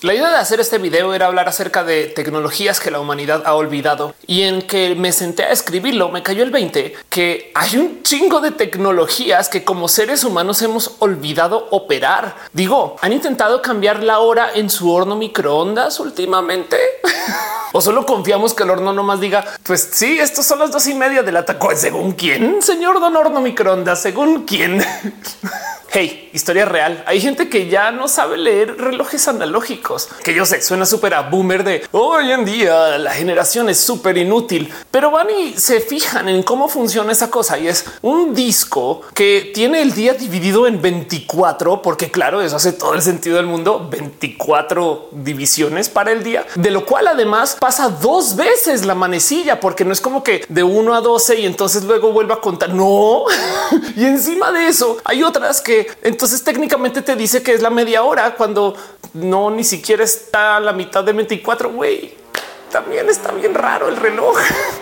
La idea de hacer este video era hablar acerca de tecnologías que la humanidad ha olvidado, y en que me senté a escribirlo me cayó el 20 que hay un chingo de tecnologías que como seres humanos hemos olvidado operar. Digo, ¿han intentado cambiar la hora en su horno microondas últimamente? ¿O solo confiamos que el horno nomás diga, pues sí, estos son las 2:30 de la tarde? ¿Según quién, señor don horno microondas? ¿Según quién? Hey, historia real. Hay gente que ya no sabe leer relojes analógicos, que yo sé, suena súper a boomer de hoy en día la generación es súper inútil, pero van y se fijan en cómo funciona esa cosa y es un disco que tiene el día dividido en 24, porque claro, eso hace todo el sentido del mundo, 24 divisiones para el día, de lo cual además pasa 2 veces la manecilla, porque no es como que de 1 a 12 y entonces luego vuelva a contar. No. Y encima de eso hay otras que entonces técnicamente te dice que es la media hora cuando no ni siquiera está a la mitad de 24. Güey, también está bien raro el reloj.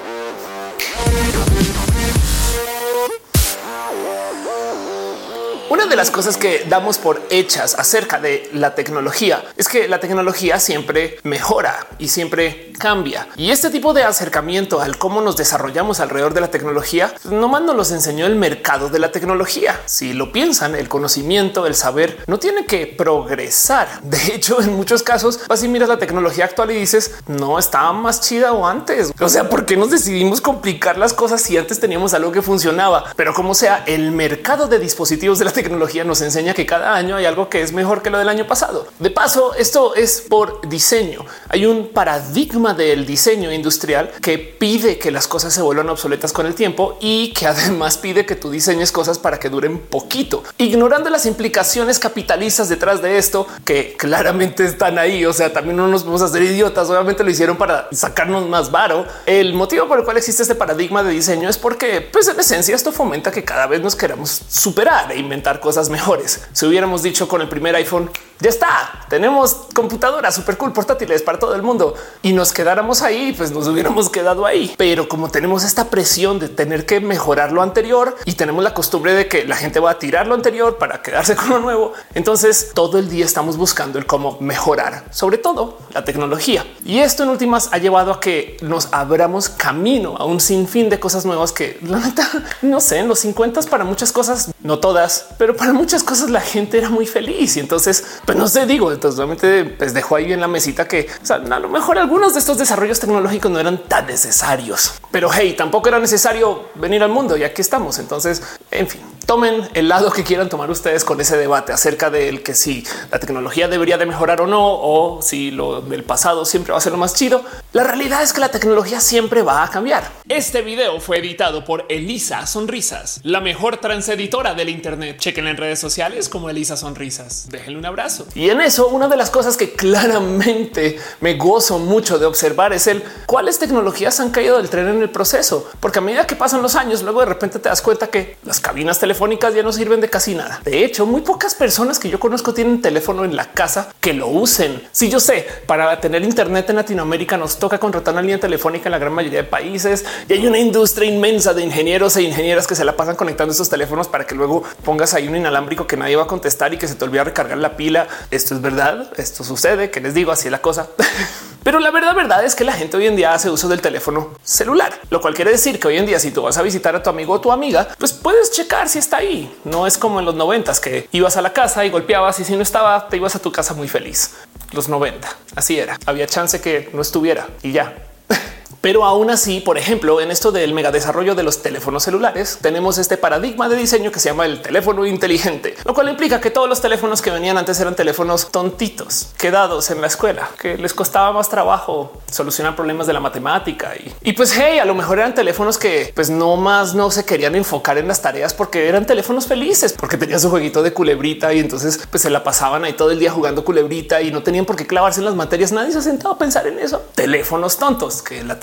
Una de las cosas que damos por hechas acerca de la tecnología es que la tecnología siempre mejora y siempre cambia. Y este tipo de acercamiento al cómo nos desarrollamos alrededor de la tecnología, nomás nos los enseñó el mercado de la tecnología. Si lo piensan, el conocimiento, el saber no tiene que progresar. De hecho, en muchos casos vas y miras la tecnología actual y dices, no, estaba más chida o antes. O sea, ¿por qué nos decidimos complicar las cosas si antes teníamos algo que funcionaba? Pero como sea, el mercado de dispositivos de la tecnología nos enseña que cada año hay algo que es mejor que lo del año pasado. De paso, esto es por diseño. Hay un paradigma del diseño industrial que pide que las cosas se vuelvan obsoletas con el tiempo y que además pide que tú diseñes cosas para que duren poquito, ignorando las implicaciones capitalistas detrás de esto que claramente están ahí. O sea, también no nos vamos a hacer idiotas. Obviamente lo hicieron para sacarnos más varo. El motivo por el cual existe este paradigma de diseño es porque, pues en esencia, esto fomenta que cada vez nos queramos superar e inventar cosas mejores. Si hubiéramos dicho con el primer iPhone, ya está, tenemos computadoras súper cool, portátiles para todo el mundo, y nos quedáramos ahí, pues nos hubiéramos quedado ahí. Pero como tenemos esta presión de tener que mejorar lo anterior y tenemos la costumbre de que la gente va a tirar lo anterior para quedarse con lo nuevo, entonces todo el día estamos buscando el cómo mejorar, sobre todo la tecnología. Y esto en últimas ha llevado a que nos abramos camino a un sinfín de cosas nuevas que la neta, no sé, en los 50 para muchas cosas, no todas, pero para muchas cosas la gente era muy feliz. Y entonces, pues no sé, digo, entonces realmente pues dejó ahí en la mesita que, o sea, a lo mejor algunos de estos desarrollos tecnológicos no eran tan necesarios, pero hey, tampoco era necesario venir al mundo y aquí estamos. Entonces, en fin, tomen el lado que quieran tomar ustedes con ese debate acerca del que si la tecnología debería de mejorar o no, o si lo del pasado siempre va a ser lo más chido. La realidad es que la tecnología siempre va a cambiar. Este video fue editado por Elisa Sonrisas, la mejor transeditora del Internet. Chequen en redes sociales como Elisa Sonrisas. Déjenle un abrazo. Y en eso, una de las cosas que claramente me gozo mucho de observar es el cuáles tecnologías han caído del tren en el proceso, porque a medida que pasan los años, luego de repente te das cuenta que las cabinas telefónicas ya no sirven de casi nada. De hecho, muy pocas personas que yo conozco tienen teléfono en la casa que lo usen. Si yo sé, para tener internet en Latinoamérica nos toca contratar una línea telefónica en la gran mayoría de países y hay una industria inmensa de ingenieros e ingenieras que se la pasan conectando esos teléfonos para que luego pongas ahí un inalámbrico que nadie va a contestar y que se te olvida recargar la pila. Esto es verdad, esto sucede, que les digo, así es la cosa. Pero la verdad es que la gente hoy en día hace uso del teléfono celular, lo cual quiere decir que hoy en día si tú vas a visitar a tu amigo o tu amiga, pues puedes checar si está ahí. No es como en los 90s que ibas a la casa y golpeabas y si no estaba, te ibas a tu casa muy feliz. Los 90, así era. Había chance que no estuviera y ya. Pero aún así, por ejemplo, en esto del mega desarrollo de los teléfonos celulares, tenemos este paradigma de diseño que se llama el teléfono inteligente, lo cual implica que todos los teléfonos que venían antes eran teléfonos tontitos, quedados en la escuela, que les costaba más trabajo solucionar problemas de la matemática. Y pues, hey, a lo mejor eran teléfonos que pues no se querían enfocar en las tareas porque eran teléfonos felices, porque tenían su jueguito de culebrita y entonces pues se la pasaban ahí todo el día jugando culebrita y no tenían por qué clavarse en las materias. Nadie se ha sentado a pensar en eso. Teléfonos tontos que la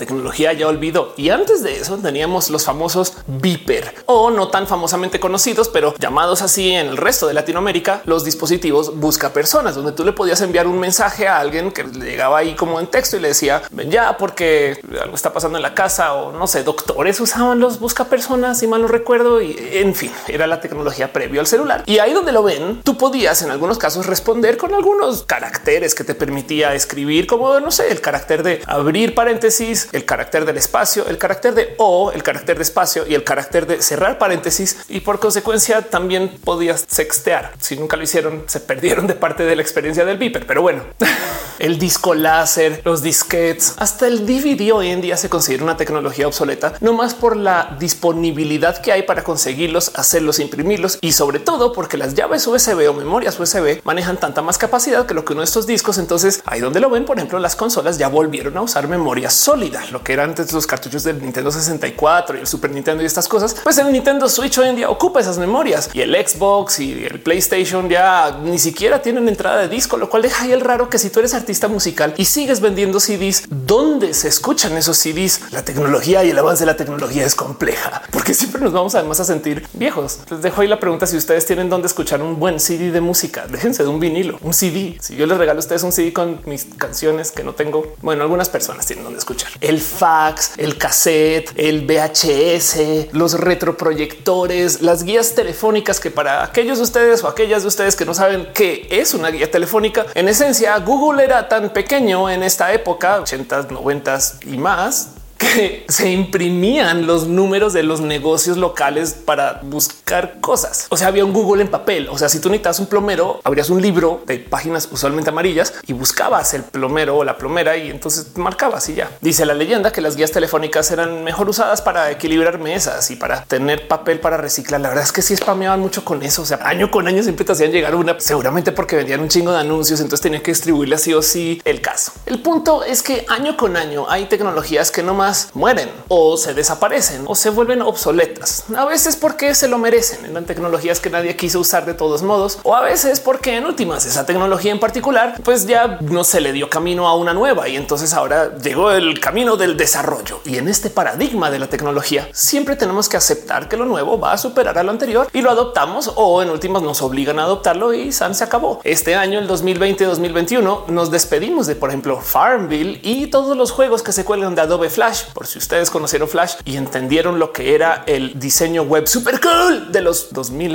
tecnología ya olvidó. Y antes de eso teníamos los famosos beeper, o no tan famosamente conocidos, pero llamados así en el resto de Latinoamérica, los dispositivos busca personas, donde tú le podías enviar un mensaje a alguien que le llegaba ahí como en texto y le decía ven ya porque algo está pasando en la casa, o no sé, doctores usaban los busca personas, si mal no recuerdo, y en fin, era la tecnología previo al celular. Y ahí donde lo ven, tú podías en algunos casos responder con algunos caracteres que te permitía escribir, como no sé, el carácter de abrir paréntesis, el carácter del espacio, el carácter de o, el carácter de espacio y el carácter de cerrar paréntesis. Y por consecuencia también podías sextear. Si nunca lo hicieron, se perdieron de parte de la experiencia del beeper. Pero bueno, el disco láser, los disquetes, hasta el DVD hoy en día se considera una tecnología obsoleta, no más por la disponibilidad que hay para conseguirlos, hacerlos, imprimirlos y sobre todo porque las llaves USB o memorias USB manejan tanta más capacidad que lo que uno de estos discos. Entonces ahí donde lo ven, por ejemplo, las consolas ya volvieron a usar memoria sólida, lo que eran antes los cartuchos del Nintendo 64 y el Super Nintendo y estas cosas. Pues el Nintendo Switch hoy en día ocupa esas memorias y el Xbox y el PlayStation ya ni siquiera tienen entrada de disco, lo cual deja ahí el raro que si tú eres artista musical y sigues vendiendo CDs, ¿dónde se escuchan esos CDs? La tecnología y el avance de la tecnología es compleja porque siempre nos vamos además a sentir viejos. Les dejo ahí la pregunta: si ustedes tienen dónde escuchar un buen CD de música, déjense de un vinilo, un CD. Si yo les regalo a ustedes un CD con mis canciones que no tengo, bueno, algunas personas tienen dónde escuchar. El fax, el cassette, el VHS, los retroproyectores, las guías telefónicas, que para aquellos de ustedes o aquellas de ustedes que no saben qué es una guía telefónica, en esencia Google era tan pequeño en esta época, 80s, 90s y más, que se imprimían los números de los negocios locales para buscar cosas. O sea, había un Google en papel. O sea, si tú necesitas un plomero, abrías un libro de páginas usualmente amarillas y buscabas el plomero o la plomera y entonces marcabas y ya. Dice la leyenda que las guías telefónicas eran mejor usadas para equilibrar mesas y para tener papel para reciclar. La verdad es que sí spameaban mucho con eso. O sea, año con año siempre te hacían llegar una, seguramente porque vendían un chingo de anuncios, entonces tenían que distribuirle así o sí el caso. El punto es que año con año hay tecnologías que no más mueren o se desaparecen o se vuelven obsoletas, a veces porque se lo merecen, eran tecnologías que nadie quiso usar de todos modos, o a veces porque en últimas esa tecnología en particular pues ya no se le dio camino a una nueva y entonces ahora llegó el camino del desarrollo. Y en este paradigma de la tecnología siempre tenemos que aceptar que lo nuevo va a superar a lo anterior y lo adoptamos, o en últimas nos obligan a adoptarlo y se acabó. Este año, el 2020-2021, nos despedimos de, por ejemplo, Farmville y todos los juegos que se cuelgan de Adobe Flash. Por si ustedes conocieron Flash y entendieron lo que era el diseño web super cool de los 2000.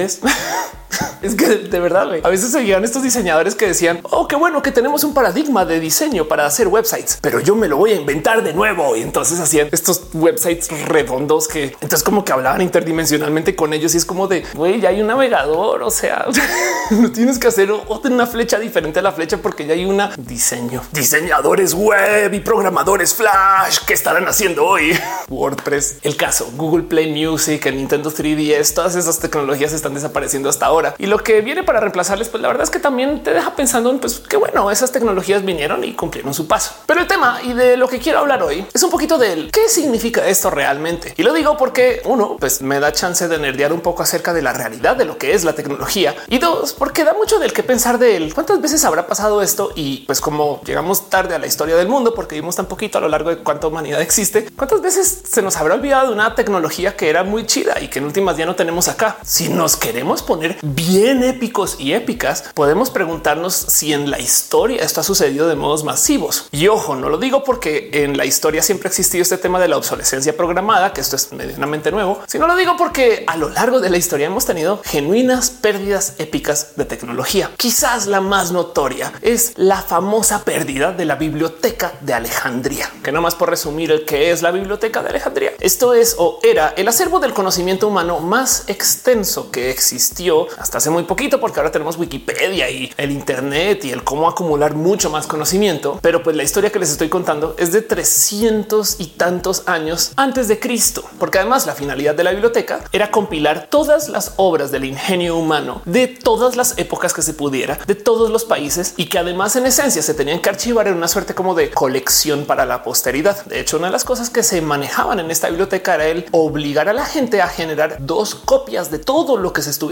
Es que de verdad, a veces se llegan estos diseñadores que decían, oh, qué bueno que tenemos un paradigma de diseño para hacer websites, pero yo me lo voy a inventar de nuevo. Y entonces hacían estos websites redondos que entonces como que hablaban interdimensionalmente con ellos y es como de, güey, ya hay un navegador. O sea, no tienes que hacer una flecha diferente a la flecha porque ya hay una diseño. Diseñadores web y programadores Flash, ¿qué estarán haciendo hoy? WordPress. El caso, Google Play Music, el Nintendo 3DS, todas esas tecnologías están desapareciendo hasta ahora. Y lo que viene para reemplazarles, pues la verdad es que también te deja pensando en pues que bueno, esas tecnologías vinieron y cumplieron su paso. Pero el tema y de lo que quiero hablar hoy es un poquito del qué significa esto realmente. Y lo digo porque uno, pues me da chance de nerdear un poco acerca de la realidad de lo que es la tecnología, y dos, porque da mucho del que pensar de él. ¿Cuántas veces habrá pasado esto? Y pues como llegamos tarde a la historia del mundo porque vimos tan poquito a lo largo de cuánta humanidad existe, ¿cuántas veces se nos habrá olvidado de una tecnología que era muy chida y que en últimas ya no tenemos acá? Si nos queremos poner bien épicos y épicas, podemos preguntarnos si en la historia esto ha sucedido de modos masivos. Y ojo, no lo digo porque en la historia siempre ha existido este tema de la obsolescencia programada, que esto es medianamente nuevo, sino lo digo porque a lo largo de la historia hemos tenido genuinas pérdidas épicas de tecnología. Quizás la más notoria es la famosa pérdida de la biblioteca de Alejandría, que no más por resumir el que es la biblioteca de Alejandría. Esto es o era el acervo del conocimiento humano más extenso que existió hasta hace muy poquito, porque ahora tenemos Wikipedia y el Internet y el cómo acumular mucho más conocimiento. Pero pues la historia que les estoy contando es de 300 y tantos años antes de Cristo, porque además la finalidad de la biblioteca era compilar todas las obras del ingenio humano de todas las épocas que se pudiera, de todos los países, y que además en esencia se tenían que archivar en una suerte como de colección para la posteridad. De hecho, una de las cosas que se manejaban en esta biblioteca era el obligar a la gente a generar 2 copias de todo lo que se estuviera documentando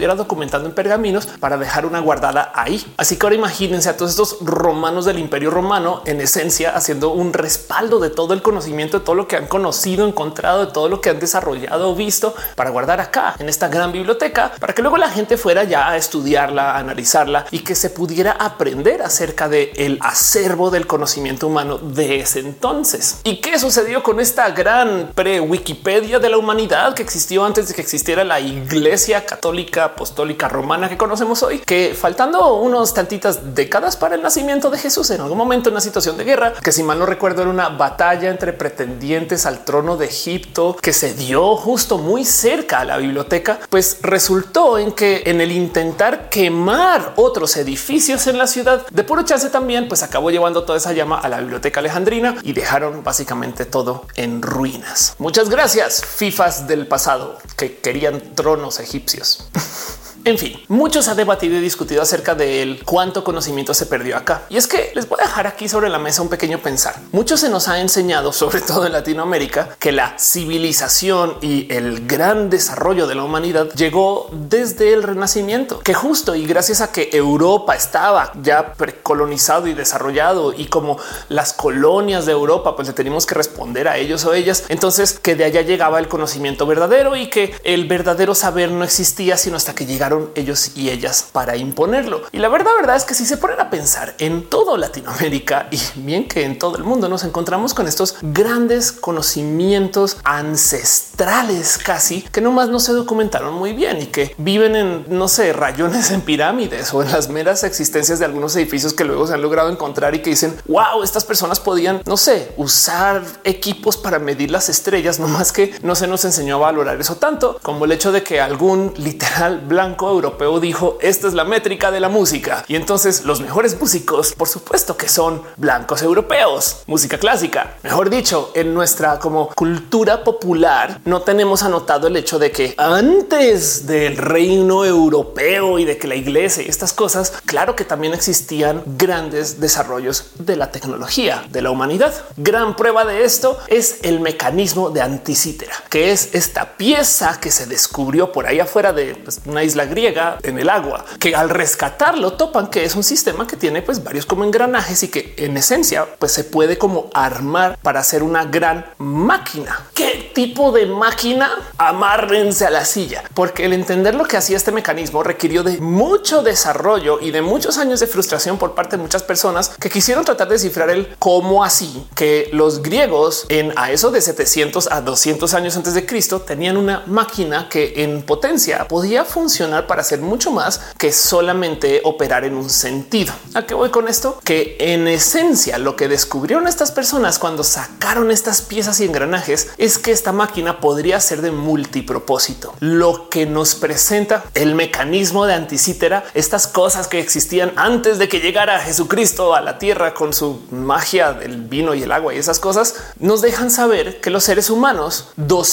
documentando en pergaminos para dejar una guardada ahí. Así que ahora imagínense a todos estos romanos del Imperio Romano en esencia haciendo un respaldo de todo el conocimiento, de todo lo que han conocido, encontrado, de todo lo que han desarrollado o visto para guardar acá en esta gran biblioteca, para que luego la gente fuera ya a estudiarla, a analizarla y que se pudiera aprender acerca del acervo del conocimiento humano de ese entonces. ¿Y qué sucedió con esta gran pre-Wikipedia de la humanidad que existió antes de que existiera la Iglesia Católica Apostólica Romana que conocemos hoy? Que faltando unos tantitas décadas para el nacimiento de Jesús, en algún momento en una situación de guerra, que si mal no recuerdo era una batalla entre pretendientes al trono de Egipto que se dio justo muy cerca a la biblioteca, pues resultó en que en el intentar quemar otros edificios en la ciudad, de puro chance también, pues acabó llevando toda esa llama a la biblioteca alejandrina y dejaron básicamente todo en ruinas. Muchas gracias, fifas del pasado que querían tronos egipcios. En fin, mucho se ha debatido y discutido acerca de cuánto conocimiento se perdió acá. Y es que les voy a dejar aquí sobre la mesa un pequeño pensar. Mucho se nos ha enseñado, sobre todo en Latinoamérica, que la civilización y el gran desarrollo de la humanidad llegó desde el Renacimiento, que justo y gracias a que Europa estaba ya precolonizado y desarrollado y como las colonias de Europa, pues le teníamos que responder a ellos o ellas. Entonces que de allá llegaba el conocimiento verdadero y que el verdadero saber no existía sino hasta que llegaron ellos y ellas para imponerlo. Y la verdad es que si se ponen a pensar en todo Latinoamérica y bien que en todo el mundo nos encontramos con estos grandes conocimientos ancestrales casi que nomás no se documentaron muy bien y que viven en, no sé, rayones en pirámides o en las meras existencias de algunos edificios que luego se han logrado encontrar y que dicen wow, estas personas podían, no sé, usar equipos para medir las estrellas, nomás que no se nos enseñó a valorar eso tanto como el hecho de que algún literal blanco europeo dijo esta es la métrica de la música y entonces los mejores músicos por supuesto que son blancos europeos, música clásica. Mejor dicho, en nuestra como cultura popular no tenemos anotado el hecho de que antes del reino europeo y de que la iglesia y estas cosas, claro que también existían grandes desarrollos de la tecnología de la humanidad. Gran prueba de esto es el mecanismo de Anticítera, que es esta pieza que se descubrió por ahí afuera de una isla griega en el agua, que al rescatarlo topan que es un sistema que tiene pues varios como engranajes y que en esencia pues se puede como armar para hacer una gran máquina. ¿Qué tipo de máquina? Amárrense a la silla, porque el entender lo que hacía este mecanismo requirió de mucho desarrollo y de muchos años de frustración por parte de muchas personas que quisieron tratar de descifrar el cómo así que los griegos en a eso de 700 a 200 años antes de Cristo tenían una máquina que en potencia podía funcionar para hacer mucho más que solamente operar en un sentido. ¿A qué voy con esto? Que en esencia lo que descubrieron estas personas cuando sacaron estas piezas y engranajes es que esta máquina podría ser de multipropósito, lo que nos presenta el mecanismo de Anticítera, estas cosas que existían antes de que llegara Jesucristo a la tierra con su magia del vino y el agua y esas cosas, nos dejan saber que los seres humanos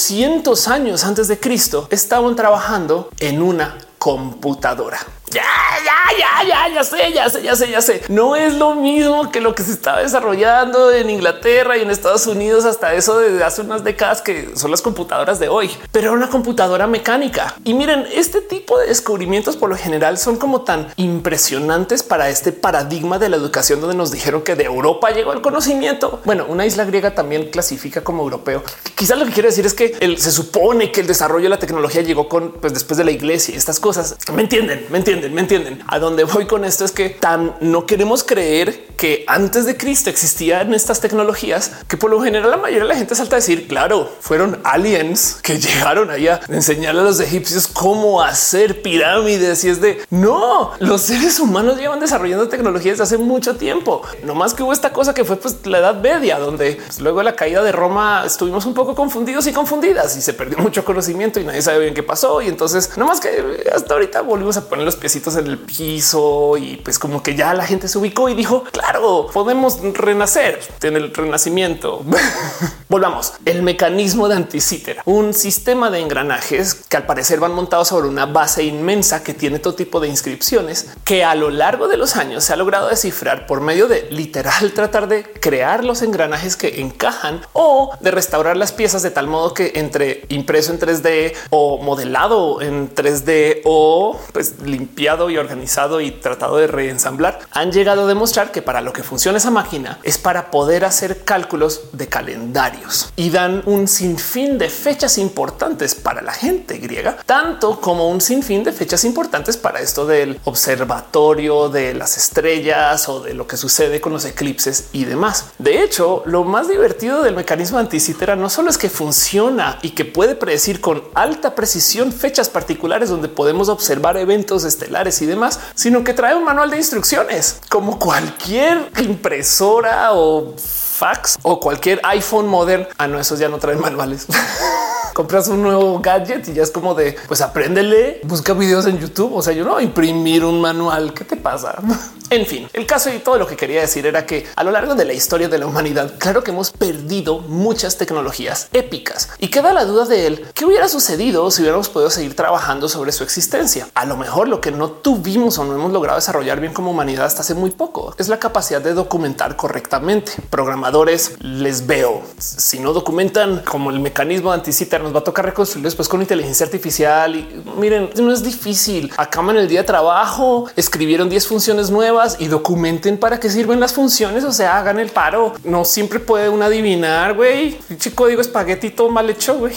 200 años antes de Cristo estaban trabajando en una computadora. Ya sé. No es lo mismo que lo que se estaba desarrollando en Inglaterra y en Estados Unidos hasta eso de hace unas décadas que son las computadoras de hoy, pero era una computadora mecánica. Y miren, este tipo de descubrimientos por lo general son como tan impresionantes para este paradigma de la educación donde nos dijeron que de Europa llegó el conocimiento. Bueno, una isla griega también clasifica como europeo. Quizás lo que quiero decir es que se supone que el desarrollo de la tecnología llegó con pues después de la iglesia y estas cosas. ¿Me entienden? A dónde voy con esto es que no queremos creer que antes de Cristo existían estas tecnologías que por lo general la mayoría de la gente salta a decir, claro, fueron aliens que llegaron allá a enseñarle a los egipcios cómo hacer pirámides y es de no, los seres humanos llevan desarrollando tecnología desde hace mucho tiempo. No más que hubo esta cosa que fue pues la Edad Media, donde pues, luego de la caída de Roma estuvimos un poco confundidos y confundidas y se perdió mucho conocimiento y nadie sabe bien qué pasó. Y entonces no más que hasta ahorita volvimos a poner los piecitos en el piso y pues como que ya la gente se ubicó y dijo, claro, podemos renacer en el Renacimiento. Volvamos. El mecanismo de Anticythera, un sistema de engranajes que al parecer van montados sobre una base inmensa que tiene todo tipo de inscripciones que a lo largo de los años se ha logrado descifrar por medio de literal tratar de crear los engranajes que encajan o de restaurar las piezas de tal modo que entre impreso en 3D o modelado en 3D o pues limpiado y organizado y tratado de reensamblar, han llegado a demostrar que para lo que funciona esa máquina es para poder hacer cálculos de calendario y dan un sinfín de fechas importantes para la gente griega, tanto como un sinfín de fechas importantes para esto del observatorio de las estrellas o de lo que sucede con los eclipses y demás. De hecho, lo más divertido del mecanismo de Anticythera no solo es que funciona y que puede predecir con alta precisión fechas particulares donde podemos observar eventos estelares y demás, sino que trae un manual de instrucciones como cualquier impresora o fax o cualquier iPhone moderno. No, esos ya no traen manuales. Compras un nuevo gadget y ya es como de pues apréndele, busca videos en YouTube. O sea, yo no imprimir un manual. ¿Qué te pasa? En fin, el caso y todo lo que quería decir era que a lo largo de la historia de la humanidad, claro que hemos perdido muchas tecnologías épicas y queda la duda de él. ¿Qué hubiera sucedido si hubiéramos podido seguir trabajando sobre su existencia? A lo mejor lo que no tuvimos o no hemos logrado desarrollar bien como humanidad hasta hace muy poco es la capacidad de documentar correctamente. Programadores les veo. Si no documentan como el mecanismo de Anticythera, nos va a tocar reconstruir después con inteligencia artificial. Y miren, no es difícil. Acaban el día de trabajo, escribieron 10 funciones nuevas y documenten para qué sirven las funciones. O sea, hagan el paro. No siempre puede uno adivinar, güey. Chico, digo espagueti todo mal hecho, güey.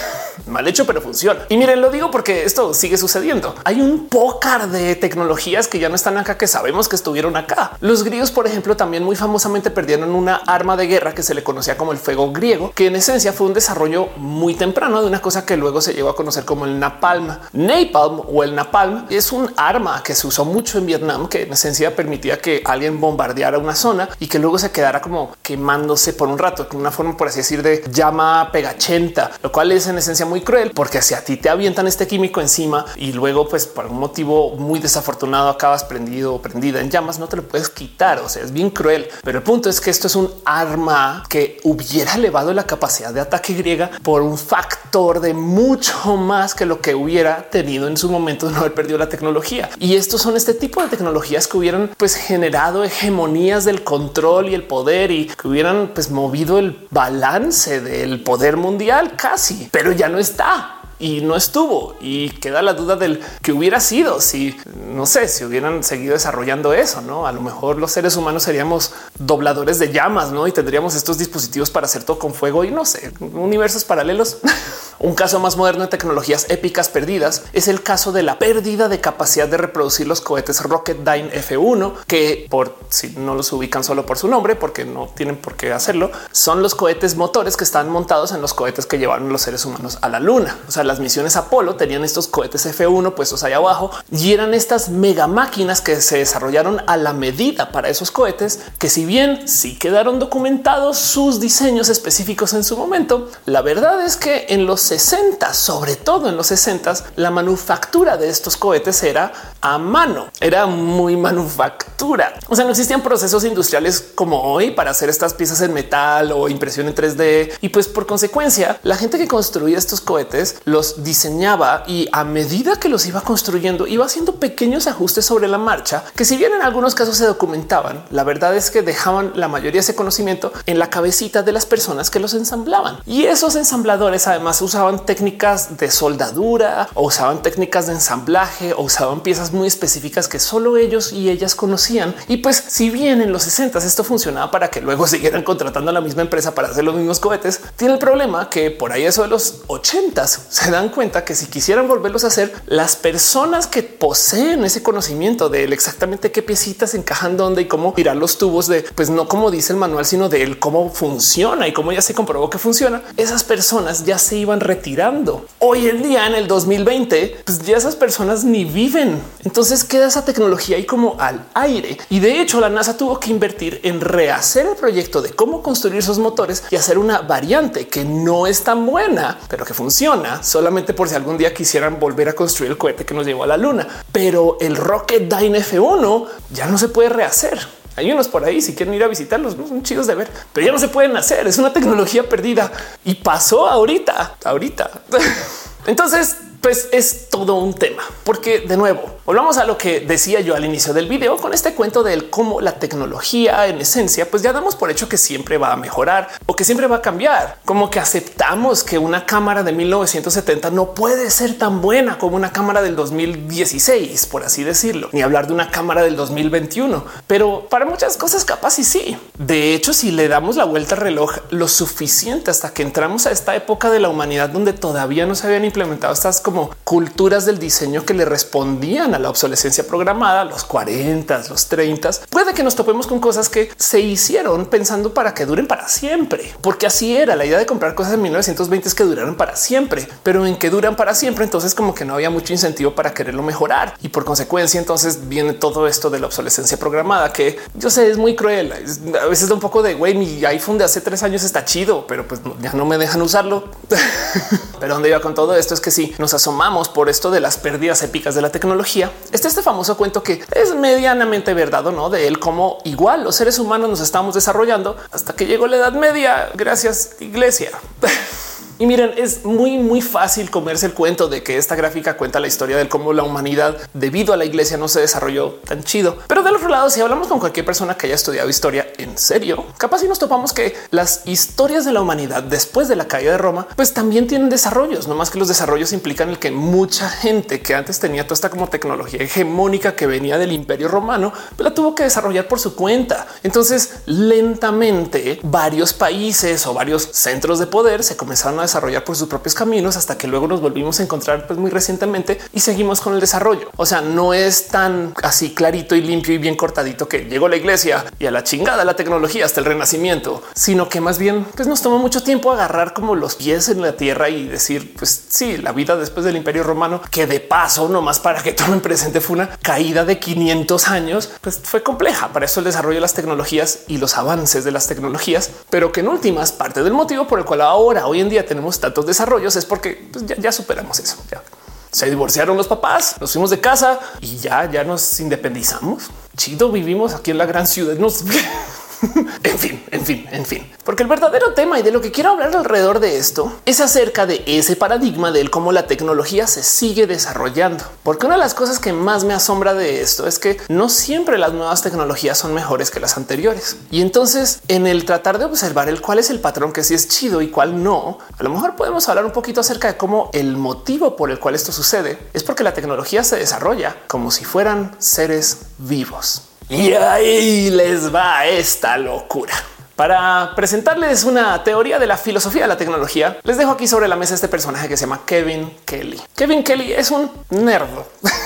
Mal hecho, pero funciona. Y miren, lo digo porque esto sigue sucediendo. Hay un pócar de tecnologías que ya no están acá, que sabemos que estuvieron acá. Los griegos, por ejemplo, también muy famosamente perdieron una arma de guerra que se le conocía como el fuego griego, que en esencia fue un desarrollo muy temprano de una cosa que luego se llegó a conocer como el napalm. Napalm o el napalm es un arma que se usó mucho en Vietnam, que en esencia permitía que alguien bombardeara una zona y que luego se quedara como quemándose por un rato, con una forma, por así decir, de llama pegachenta, lo cual es en esencia muy cruel, porque si a ti te avientan este químico encima y luego pues por un motivo muy desafortunado acabas prendido o prendida en llamas, no te lo puedes quitar. O sea, es bien cruel, pero el punto es que esto es un arma que hubiera elevado la capacidad de ataque griega por un factor de mucho más que lo que hubiera tenido en su momento de no haber perdido la tecnología. Y estos son este tipo de tecnologías que hubieran pues generado hegemonías del control y el poder y que hubieran pues movido el balance del poder mundial casi, pero ya no está. Y no estuvo y queda la duda del que hubiera sido si no sé si hubieran seguido desarrollando eso. No, a lo mejor los seres humanos seríamos dobladores de llamas, no? Y tendríamos estos dispositivos para hacer todo con fuego y no sé, universos paralelos. Un caso más moderno de tecnologías épicas perdidas es el caso de la pérdida de capacidad de reproducir los cohetes Rocketdyne F1, que por si no los ubican solo por su nombre, porque no tienen por qué hacerlo, son los cohetes motores que están montados en los cohetes que llevaron los seres humanos a la luna. O sea, las misiones Apolo tenían estos cohetes F1 puestos ahí abajo y eran estas mega máquinas que se desarrollaron a la medida para esos cohetes, que si bien sí quedaron documentados sus diseños específicos en su momento, la verdad es que en los 60, sobre todo en los 60, la manufactura de estos cohetes era a mano, era muy manufactura. O sea, no existían procesos industriales como hoy para hacer estas piezas en metal o impresión en 3D. Y pues por consecuencia, la gente que construía estos cohetes los diseñaba y a medida que los iba construyendo, iba haciendo pequeños ajustes sobre la marcha, que si bien en algunos casos se documentaban, la verdad es que dejaban la mayoría de ese conocimiento en la cabecita de las personas que los ensamblaban. Y esos ensambladores además usaban técnicas de soldadura o usaban técnicas de ensamblaje o usaban piezas muy específicas que solo ellos y ellas conocían. Y pues si bien en los 60 esto funcionaba para que luego siguieran contratando a la misma empresa para hacer los mismos cohetes, tiene el problema que por ahí eso de los 80 se dan cuenta que si quisieran volverlos a hacer, las personas que poseen ese conocimiento de exactamente qué piecitas encajan dónde y cómo tirar los tubos, de pues no como dice el manual, sino de él cómo funciona y cómo ya se comprobó que funciona, esas personas ya se iban retirando. Hoy en día, en el 2020, pues ya esas personas ni viven. Entonces queda esa tecnología ahí como al aire. Y de hecho, la NASA tuvo que invertir en rehacer el proyecto de cómo construir esos motores y hacer una variante que no es tan buena, pero que funciona solamente por si algún día quisieran volver a construir el cohete que nos llevó a la luna. Pero el Rocketdyne F1 ya no se puede rehacer. Hay unos por ahí, si quieren ir a visitarlos, ¿no? Son chidos de ver, pero ya no se pueden hacer. Es una tecnología perdida y pasó ahorita. Entonces, pues es todo un tema, porque de nuevo volvamos a lo que decía yo al inicio del video con este cuento del cómo la tecnología en esencia, pues ya damos por hecho que siempre va a mejorar o que siempre va a cambiar, como que aceptamos que una cámara de 1970 no puede ser tan buena como una cámara del 2016, por así decirlo, ni hablar de una cámara del 2021, pero para muchas cosas capaz y sí. De hecho, si le damos la vuelta al reloj lo suficiente hasta que entramos a esta época de la humanidad donde todavía no se habían implementado estas como culturas del diseño que le respondían a la obsolescencia programada, los 40, los 30, puede que nos topemos con cosas que se hicieron pensando para que duren para siempre, porque así era la idea de comprar cosas en 1920 es que duraran para siempre, pero en que duran para siempre. Entonces como que no había mucho incentivo para quererlo mejorar y por consecuencia entonces viene todo esto de la obsolescencia programada que yo sé es muy cruel. A veces da un poco de güey, mi iPhone de hace 3 años está chido, pero pues ya no me dejan usarlo. Pero donde iba con todo esto es que si nos asomamos por esto de las pérdidas épicas de la tecnología, este famoso cuento que es medianamente verdad o no de él, como igual los seres humanos nos estamos desarrollando hasta que llegó la Edad Media. Gracias, Iglesia. Y miren, es muy fácil comerse el cuento de que esta gráfica cuenta la historia de cómo la humanidad debido a la iglesia no se desarrolló tan chido. Pero del otro lado, si hablamos con cualquier persona que haya estudiado historia en serio, capaz si nos topamos que las historias de la humanidad después de la caída de Roma, pues también tienen desarrollos, no más que los desarrollos implican el que mucha gente que antes tenía toda esta como tecnología hegemónica que venía del Imperio Romano, pues la tuvo que desarrollar por su cuenta. Entonces, lentamente varios países o varios centros de poder se comenzaron a desarrollar por sus propios caminos hasta que luego nos volvimos a encontrar pues muy recientemente y seguimos con el desarrollo. O sea, no es tan así clarito y limpio y bien cortadito que llegó la iglesia y a la chingada la tecnología hasta el Renacimiento, sino que más bien pues nos tomó mucho tiempo agarrar como los pies en la tierra y decir pues sí, la vida después del Imperio Romano, que de paso, nomás para que tomen presente, fue una caída de 500 años, pues fue compleja. Para eso el desarrollo de las tecnologías y los avances de las tecnologías, pero que en últimas parte del motivo por el cual ahora hoy en día tenemos tantos desarrollos es porque pues, ya superamos eso. Ya se divorciaron los papás, nos fuimos de casa y ya nos independizamos. Chido, vivimos aquí en la gran ciudad. En fin, porque el verdadero tema y de lo que quiero hablar alrededor de esto es acerca de ese paradigma del cómo la tecnología se sigue desarrollando. Porque una de las cosas que más me asombra de esto es que no siempre las nuevas tecnologías son mejores que las anteriores. Y entonces en el tratar de observar el cuál es el patrón que sí es chido y cuál no, a lo mejor podemos hablar un poquito acerca de cómo el motivo por el cual esto sucede es porque la tecnología se desarrolla como si fueran seres vivos. Y ahí les va esta locura. Para presentarles una teoría de la filosofía de la tecnología, les dejo aquí sobre la mesa este personaje que se llama Kevin Kelly. Kevin Kelly es un nerdo.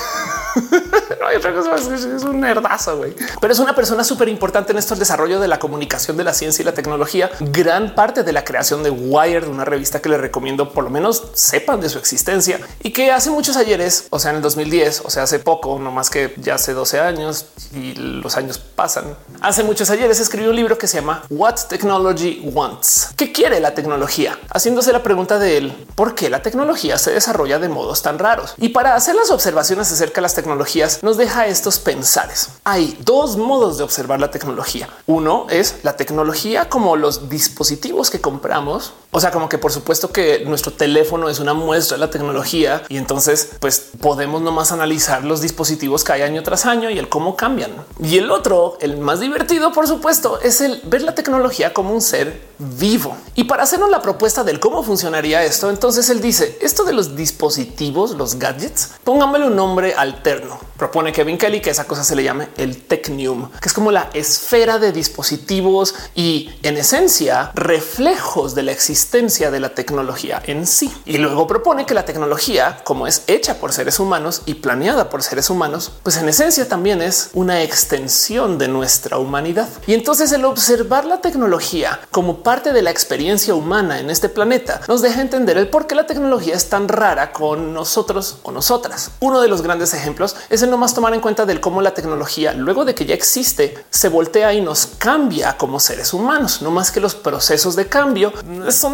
No hay otra cosa más, es un nerdazo, güey. Pero es una persona súper importante en esto, el desarrollo de la comunicación de la ciencia y la tecnología. Gran parte de la creación de Wired, una revista que les recomiendo por lo menos sepan de su existencia y que hace muchos ayeres, o sea, en el 2010, o sea, hace poco, no más que ya hace 12 años y los años pasan. Hace muchos ayeres escribió un libro que se llama What Technology Wants. ¿Qué quiere la tecnología? Haciéndose la pregunta de él, ¿por qué la tecnología se desarrolla de modos tan raros? Y para hacer las observaciones acerca de las tecnologías, nos deja estos pensares. Hay dos modos de observar la tecnología. Uno es la tecnología como los dispositivos que compramos. O sea, como que por supuesto que nuestro teléfono es una muestra de la tecnología y entonces pues podemos nomás analizar los dispositivos que hay año tras año y el cómo cambian. Y el otro, el más divertido, por supuesto, es el ver la tecnología como un ser vivo. Y para hacernos la propuesta del cómo funcionaría esto, entonces él dice esto de los dispositivos, los gadgets, pónganmele un nombre alterno. Propone Kevin Kelly que esa cosa se le llame el technium, que es como la esfera de dispositivos y en esencia reflejos de la existencia de la tecnología en sí. Y luego propone que la tecnología, como es hecha por seres humanos y planeada por seres humanos, pues en esencia también es una extensión de nuestra humanidad. Y entonces el observar la tecnología como parte de la experiencia humana en este planeta nos deja entender el por qué la tecnología es tan rara con nosotros o nosotras. Uno de los grandes ejemplos es el no más tomar en cuenta del cómo la tecnología, luego de que ya existe, se voltea y nos cambia como seres humanos. No más que los procesos de cambio son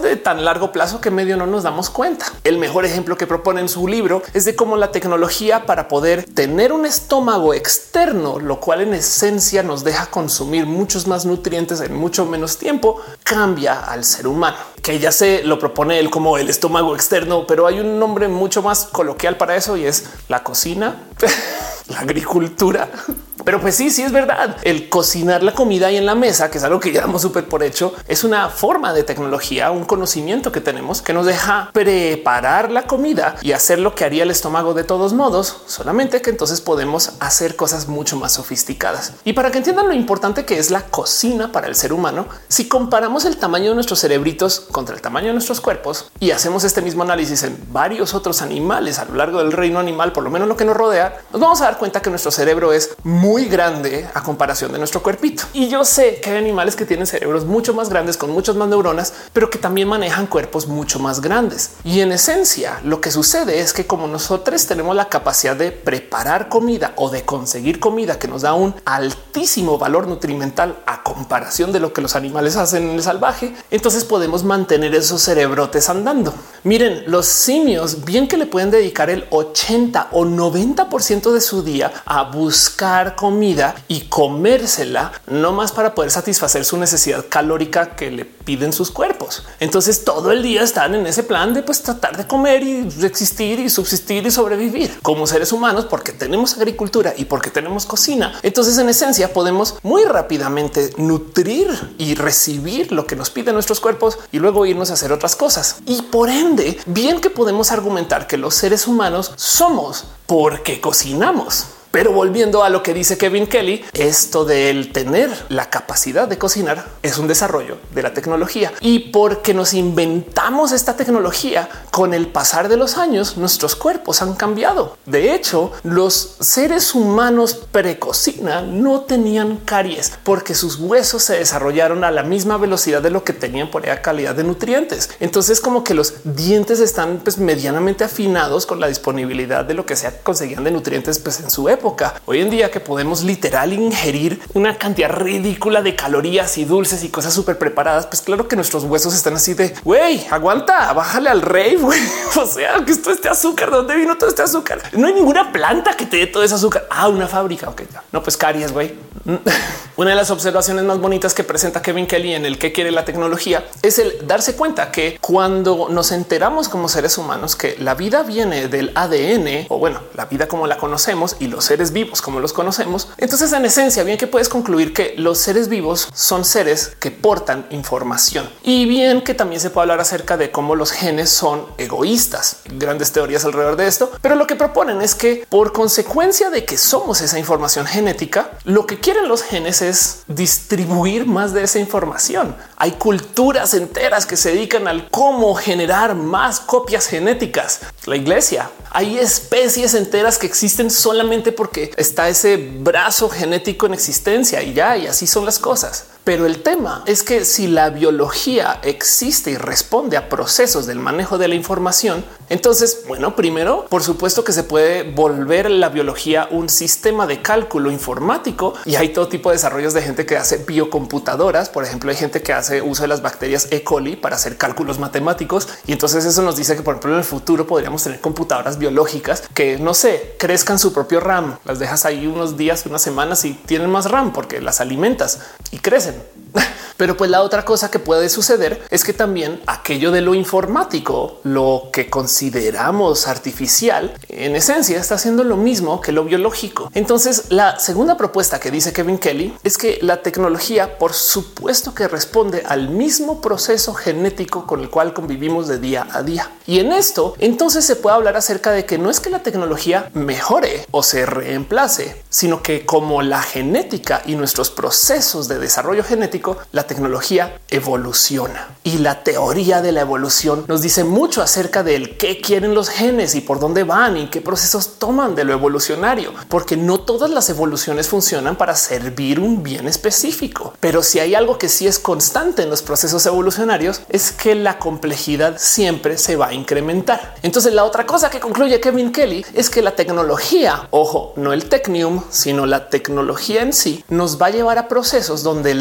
son de tan largo plazo que medio no nos damos cuenta. El mejor ejemplo que propone en su libro es de cómo la tecnología para poder tener un estómago externo, lo cual en esencia nos deja consumir muchos más nutrientes en mucho menos tiempo, cambia al ser humano. Que ya se lo propone él como el estómago externo, pero hay un nombre mucho más coloquial para eso y es la cocina, la agricultura. Pero pues sí, sí es verdad. El cocinar la comida ahí en la mesa, que es algo que ya damos súper por hecho, es una forma de tecnología, un conocimiento que tenemos que nos deja preparar la comida y hacer lo que haría el estómago de todos modos, solamente que entonces podemos hacer cosas mucho más sofisticadas. Y para que entiendan lo importante que es la cocina para el ser humano, si comparamos el tamaño de nuestros cerebritos contra el tamaño de nuestros cuerpos y hacemos este mismo análisis en varios otros animales a lo largo del reino animal, por lo menos lo que nos rodea, nos vamos a dar cuenta que nuestro cerebro es muy grande a comparación de nuestro cuerpito. Y yo sé que hay animales que tienen cerebros mucho más grandes con muchas más neuronas, pero que también manejan cuerpos mucho más grandes. Y en esencia, lo que sucede es que como nosotros tenemos la capacidad de preparar comida o de conseguir comida que nos da un altísimo valor nutrimental a comparación de lo que los animales hacen en el salvaje, entonces podemos mantener esos cerebrotes andando. Miren, los simios bien que le pueden dedicar el 80 o 90% de su día a buscar comida y comérsela, no más para poder satisfacer su necesidad calórica que le piden sus cuerpos. Entonces todo el día están en ese plan de pues tratar de comer y existir y subsistir y sobrevivir como seres humanos, porque tenemos agricultura y porque tenemos cocina. Entonces en esencia podemos muy rápidamente nutrir y recibir lo que nos piden nuestros cuerpos y luego irnos a hacer otras cosas. Y por ende, bien que podemos argumentar que los seres humanos somos porque cocinamos. Pero volviendo a lo que dice Kevin Kelly, esto del tener la capacidad de cocinar es un desarrollo de la tecnología, y porque nos inventamos esta tecnología con el pasar de los años, nuestros cuerpos han cambiado. De hecho, los seres humanos precocina no tenían caries porque sus huesos se desarrollaron a la misma velocidad de lo que tenían por esa calidad de nutrientes. Entonces como que los dientes están pues medianamente afinados con la disponibilidad de lo que se conseguían de nutrientes pues en su época. Hoy en día que podemos literal ingerir una cantidad ridícula de calorías y dulces y cosas súper preparadas, pues claro que nuestros huesos están así de güey, aguanta, bájale al rey, güey. O sea, que esto este azúcar, ¿dónde vino todo este azúcar? No hay ninguna planta que te dé todo ese azúcar. Ah, una fábrica. Ok, no, pues caries, güey. Una de las observaciones más bonitas que presenta Kevin Kelly en el que quiere la tecnología es el darse cuenta que cuando nos enteramos como seres humanos que la vida viene del ADN, o bueno, la vida como la conocemos y los seres vivos como los conocemos, entonces en esencia bien que puedes concluir que los seres vivos son seres que portan información, y bien que también se puede hablar acerca de cómo los genes son egoístas. Grandes teorías alrededor de esto, pero lo que proponen es que por consecuencia de que somos esa información genética, lo que quieren los genes es distribuir más de esa información. Hay culturas enteras que se dedican al cómo generar más copias genéticas. La iglesia, hay especies enteras que existen solamente porque está ese brazo genético en existencia y ya, y así son las cosas. Pero el tema es que si la biología existe y responde a procesos del manejo de la información, entonces, bueno, primero, por supuesto que se puede volver la biología un sistema de cálculo informático, y hay todo tipo de desarrollos de gente que hace biocomputadoras. Por ejemplo, hay gente que hace uso de las bacterias E. coli para hacer cálculos matemáticos. Y entonces eso nos dice que, por ejemplo, en el futuro podríamos tener computadoras biológicas que, no sé, crezcan su propio RAM. Las dejas ahí unos días, unas semanas y tienen más RAM porque las alimentas y crecen. Pero pues la otra cosa que puede suceder es que también aquello de lo informático, lo que consideramos artificial, en esencia está haciendo lo mismo que lo biológico. Entonces la segunda propuesta que dice Kevin Kelly es que la tecnología, por supuesto que responde al mismo proceso genético con el cual convivimos de día a día. Y en esto entonces se puede hablar acerca de que no es que la tecnología mejore o se reemplace, sino que como la genética y nuestros procesos de desarrollo genético, la tecnología evoluciona, y la teoría de la evolución nos dice mucho acerca del qué quieren los genes y por dónde van y qué procesos toman de lo evolucionario, porque no todas las evoluciones funcionan para servir un bien específico. Pero si hay algo que sí es constante en los procesos evolucionarios es que la complejidad siempre se va a incrementar. Entonces la otra cosa que concluye Kevin Kelly es que la tecnología, ojo, no el technium, sino la tecnología en sí, nos va a llevar a procesos donde la tecnología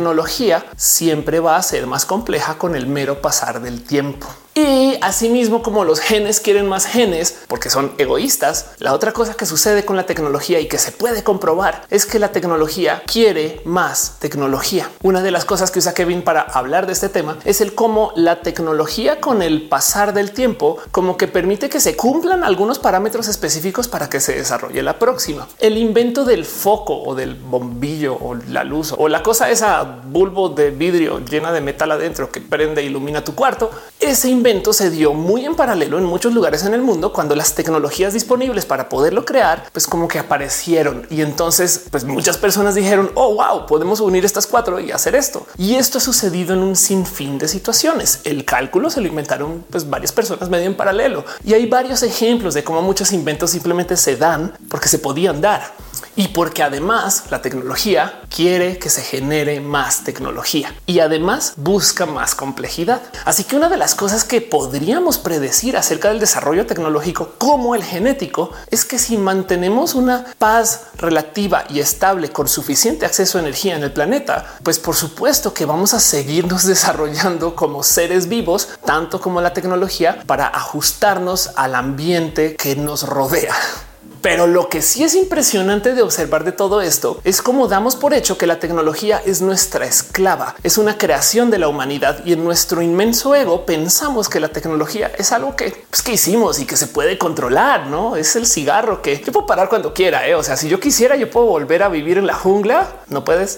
tecnología siempre va a ser más compleja con el mero pasar del tiempo. Y asimismo, como los genes quieren más genes porque son egoístas, la otra cosa que sucede con la tecnología y que se puede comprobar es que la tecnología quiere más tecnología. Una de las cosas que usa Kevin para hablar de este tema es el cómo la tecnología con el pasar del tiempo como que permite que se cumplan algunos parámetros específicos para que se desarrolle la próxima. El invento del foco o del bombillo o la luz o la cosa esa bulbo de vidrio llena de metal adentro que prende e ilumina tu cuarto. Ese invento se dio muy en paralelo en muchos lugares en el mundo cuando las tecnologías disponibles para poderlo crear, pues como que aparecieron. Y entonces, pues muchas personas dijeron, oh, wow, podemos unir estas cuatro y hacer esto. Y esto ha sucedido en un sinfín de situaciones. El cálculo se lo inventaron pues varias personas medio en paralelo. Y hay varios ejemplos de cómo muchos inventos simplemente se dan porque se podían dar. Y porque además la tecnología quiere que se genere más tecnología y además busca más complejidad. Así que una de las cosas que podríamos predecir acerca del desarrollo tecnológico como el genético es que si mantenemos una paz relativa y estable con suficiente acceso a energía en el planeta, pues por supuesto que vamos a seguirnos desarrollando como seres vivos, tanto como la tecnología, para ajustarnos al ambiente que nos rodea. Pero lo que sí es impresionante de observar de todo esto es cómo damos por hecho que la tecnología es nuestra esclava, es una creación de la humanidad y en nuestro inmenso ego pensamos que la tecnología es algo que hicimos y que se puede controlar, ¿no? Es el cigarro que yo puedo parar cuando quiera, O sea, si yo quisiera, yo puedo volver a vivir en la jungla. No puedes.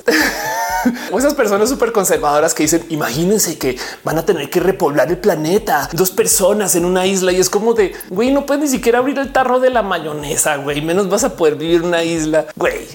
O esas personas súper conservadoras que dicen, imagínense que van a tener que repoblar el planeta, 2 personas en una isla y es como de, güey, no puedes ni siquiera abrir el tarro de la mayonesa, güey, menos vas a poder vivir en una isla, güey.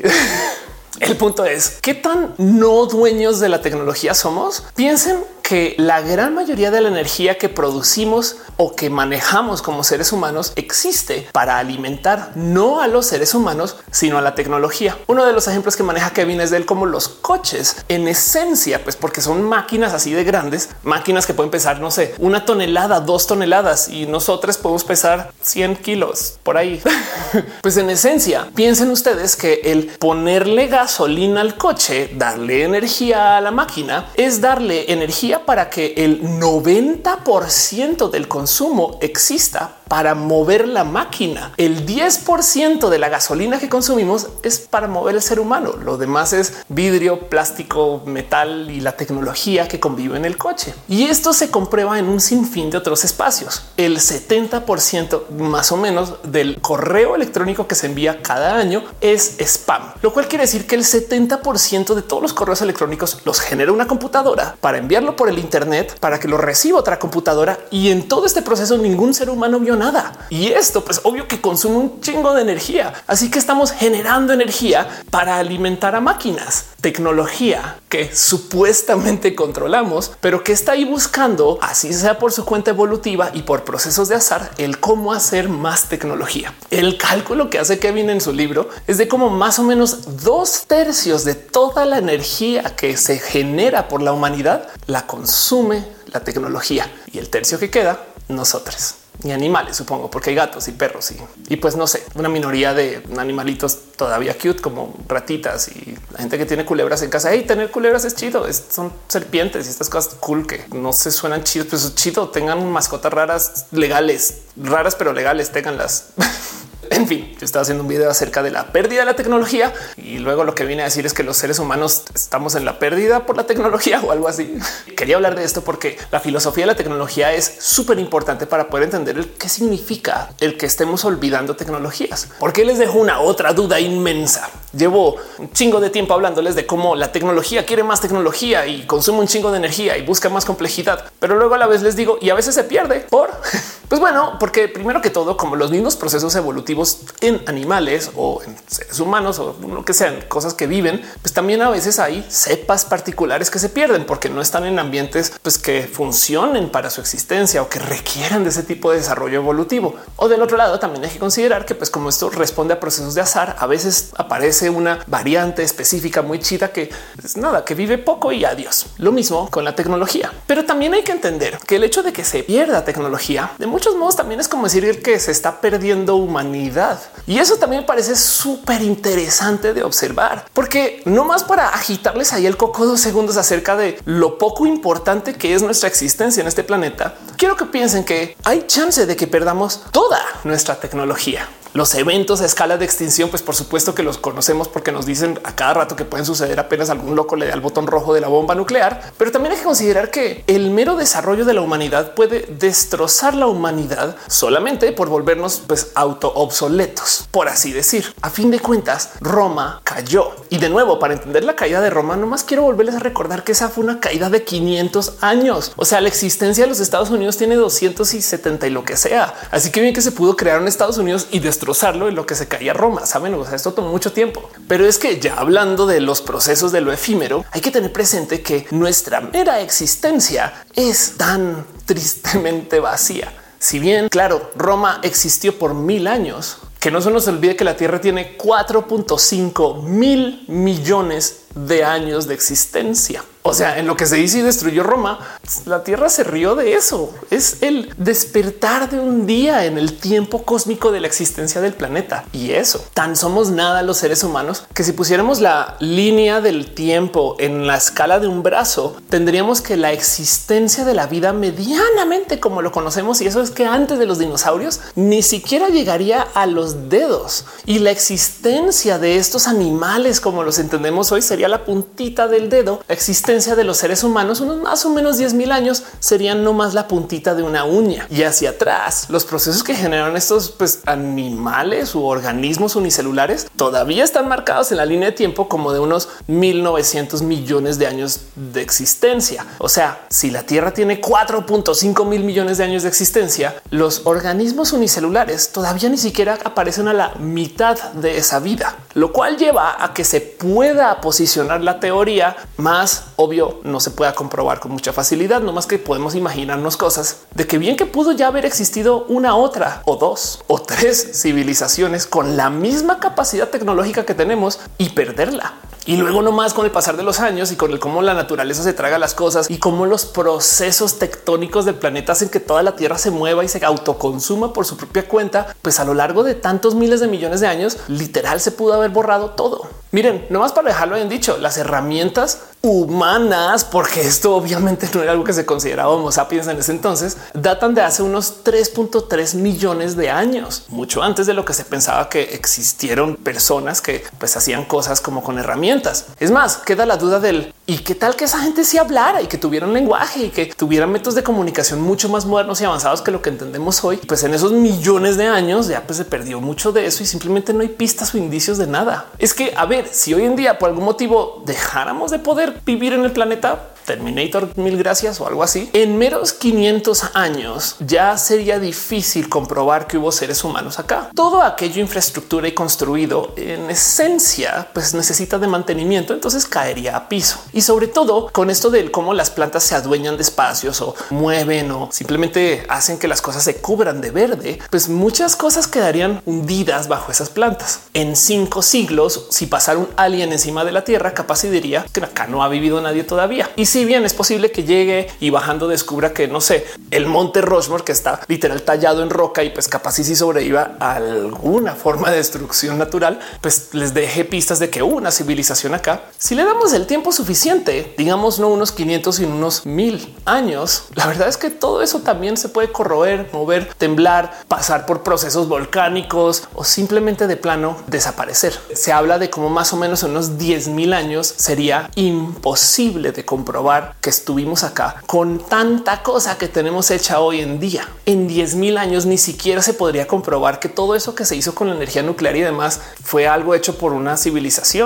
El punto es qué tan no dueños de la tecnología somos. Piensen que la gran mayoría de la energía que producimos o que manejamos como seres humanos existe para alimentar no a los seres humanos, sino a la tecnología. Uno de los ejemplos que maneja Kevin es de él como los coches en esencia, pues porque son máquinas así de grandes, máquinas que pueden pesar, no sé, 1 tonelada, 2 toneladas y nosotros podemos pesar 100 kilos por ahí. Pues en esencia, piensen ustedes que el ponerle gasolina al coche, darle energía a la máquina, es darle energía para que el 90% del consumo exista para mover la máquina. El 10% de la gasolina que consumimos es para mover el ser humano. Lo demás es vidrio, plástico, metal y la tecnología que convive en el coche. Y esto se comprueba en un sinfín de otros espacios. El 70% más o menos del correo electrónico que se envía cada año es spam, lo cual quiere decir que el 70% de todos los correos electrónicos los genera una computadora para enviarlo por el Internet para que lo reciba otra computadora. Y en todo este proceso ningún ser humano vio nada. Y esto pues obvio que consume un chingo de energía. Así que estamos generando energía para alimentar a máquinas, tecnología que supuestamente controlamos, pero que está ahí buscando, así sea por su cuenta evolutiva y por procesos de azar, el cómo hacer más tecnología. El cálculo que hace Kevin en su libro es de cómo más o menos 2/3 de toda la energía que se genera por la humanidad la consume la tecnología y el tercio que queda nosotros. Y animales, supongo, porque hay gatos y perros y pues no sé, una minoría de animalitos todavía cute como ratitas y la gente que tiene culebras en casa. Hey, tener culebras es chido, son serpientes y estas cosas cool que no se suenan chidos, pero es chido. Tengan mascotas raras, legales, raras, pero legales, ténganlas. En fin, yo estaba haciendo un video acerca de la pérdida de la tecnología y luego lo que vine a decir es que los seres humanos estamos en la pérdida por la tecnología o algo así. Quería hablar de esto porque la filosofía de la tecnología es súper importante para poder entender el qué significa el que estemos olvidando tecnologías. Porque les dejo una otra duda inmensa. Llevo un chingo de tiempo hablándoles de cómo la tecnología quiere más tecnología y consume un chingo de energía y busca más complejidad, pero luego a la vez les digo y a veces se pierde por pues bueno, porque primero que todo, como los mismos procesos evolutivos en animales o en seres humanos o lo que sean cosas que viven, pues también a veces hay cepas particulares que se pierden porque no están en ambientes pues que funcionen para su existencia o que requieran de ese tipo de desarrollo evolutivo. O del otro lado también hay que considerar que pues como esto responde a procesos de azar, a veces aparece aparece una variante específica muy chida que es nada, que vive poco y adiós. Lo mismo con la tecnología, pero también hay que entender que el hecho de que se pierda tecnología de muchos modos también es como decir que se está perdiendo humanidad. Y eso también parece súper interesante de observar, porque no más para agitarles ahí el coco 2 segundos acerca de lo poco importante que es nuestra existencia en este planeta. Quiero que piensen que hay chance de que perdamos toda nuestra tecnología. Los eventos a escala de extinción, pues por supuesto que los conocemos porque nos dicen a cada rato que pueden suceder apenas algún loco le da el botón rojo de la bomba nuclear. Pero también hay que considerar que el mero desarrollo de la humanidad puede destrozar la humanidad solamente por volvernos pues auto obsoletos, por así decir. A fin de cuentas, Roma cayó. Y de nuevo, para entender la caída de Roma, nomás quiero volverles a recordar que esa fue una caída de 500 años. O sea, la existencia de los Estados Unidos tiene 270 y lo que sea. Así que bien que se pudo crear en Estados Unidos y destrozarlo en lo que se caía Roma. Saben, o sea, esto tomó mucho tiempo, pero es que ya hablando de los procesos de lo efímero, hay que tener presente que nuestra mera existencia es tan tristemente vacía. Si bien, claro, Roma existió por 1000 años, que no se nos olvide que la Tierra tiene 4.5 mil millones de años de existencia. O sea, en lo que se dice y destruyó Roma, la Tierra se rió de eso. Es el despertar de un día en el tiempo cósmico de la existencia del planeta. Y eso, tan somos nada los seres humanos que si pusiéramos la línea del tiempo en la escala de un brazo, tendríamos que la existencia de la vida medianamente como lo conocemos, y eso es que antes de los dinosaurios ni siquiera llegaría a los dedos, y la existencia de estos animales como los entendemos hoy sería la puntita del dedo. La existencia de los seres humanos, unos más o menos 10,000 años, serían no más la puntita de una uña. Y hacia atrás, los procesos que generan estos pues, animales u organismos unicelulares todavía están marcados en la línea de tiempo como de unos 1900 millones de años de existencia. O sea, si la Tierra tiene 4.5 mil millones de años de existencia, los organismos unicelulares todavía ni siquiera aparecen a la mitad de esa vida, lo cual lleva a que se pueda posicionar la teoría más obvio, no se pueda comprobar con mucha facilidad, no más que podemos imaginarnos cosas de que bien que pudo ya haber existido una, otra o dos o tres civilizaciones con la misma capacidad tecnológica que tenemos y perderla. Y luego nomás con el pasar de los años y con el cómo la naturaleza se traga las cosas y cómo los procesos tectónicos del planeta hacen que toda la Tierra se mueva y se autoconsuma por su propia cuenta, pues a lo largo de tantos miles de millones de años, literal se pudo haber borrado todo. Miren, nomás para dejarlo bien dicho, las herramientas humanas, porque esto obviamente no era algo que se consideraba Homo sapiens en ese entonces, datan de hace unos 3.3 millones de años, mucho antes de lo que se pensaba que existieron personas que pues hacían cosas como con herramientas. Es más, queda la duda del y qué tal que esa gente sí hablara y que tuvieran lenguaje y que tuvieran métodos de comunicación mucho más modernos y avanzados que lo que entendemos hoy. Pues en esos millones de años ya pues se perdió mucho de eso y simplemente no hay pistas o indicios de nada. Es que a ver, si hoy en día por algún motivo dejáramos de poder vivir en el planeta, Terminator, mil gracias o algo así, en meros 500 años ya sería difícil comprobar que hubo seres humanos acá. Todo aquello infraestructura y construido en esencia pues necesita de mantenimiento, entonces caería a piso. Y sobre todo con esto de cómo las plantas se adueñan de espacios o mueven o simplemente hacen que las cosas se cubran de verde, pues muchas cosas quedarían hundidas bajo esas plantas. En 5 siglos, si pasara un alien encima de la Tierra, capaz y diría que acá no ha vivido nadie todavía. Y si bien es posible que llegue y bajando descubra que no sé, el monte Rushmore que está literal tallado en roca y pues capaz y si sobreviva a alguna forma de destrucción natural, pues les deje pistas de que hubo una civilización acá. Si le damos el tiempo suficiente, digamos no unos 500 sino unos 1000 años, la verdad es que todo eso también se puede corroer, mover, temblar, pasar por procesos volcánicos o simplemente de plano desaparecer. Se habla de cómo más o menos en unos 10,000 años sería imposible de comprobar que estuvimos acá con tanta cosa que tenemos hecha hoy en día. En 10,000 años ni siquiera se podría comprobar que todo eso que se hizo con la energía nuclear y demás fue algo hecho por una civilización.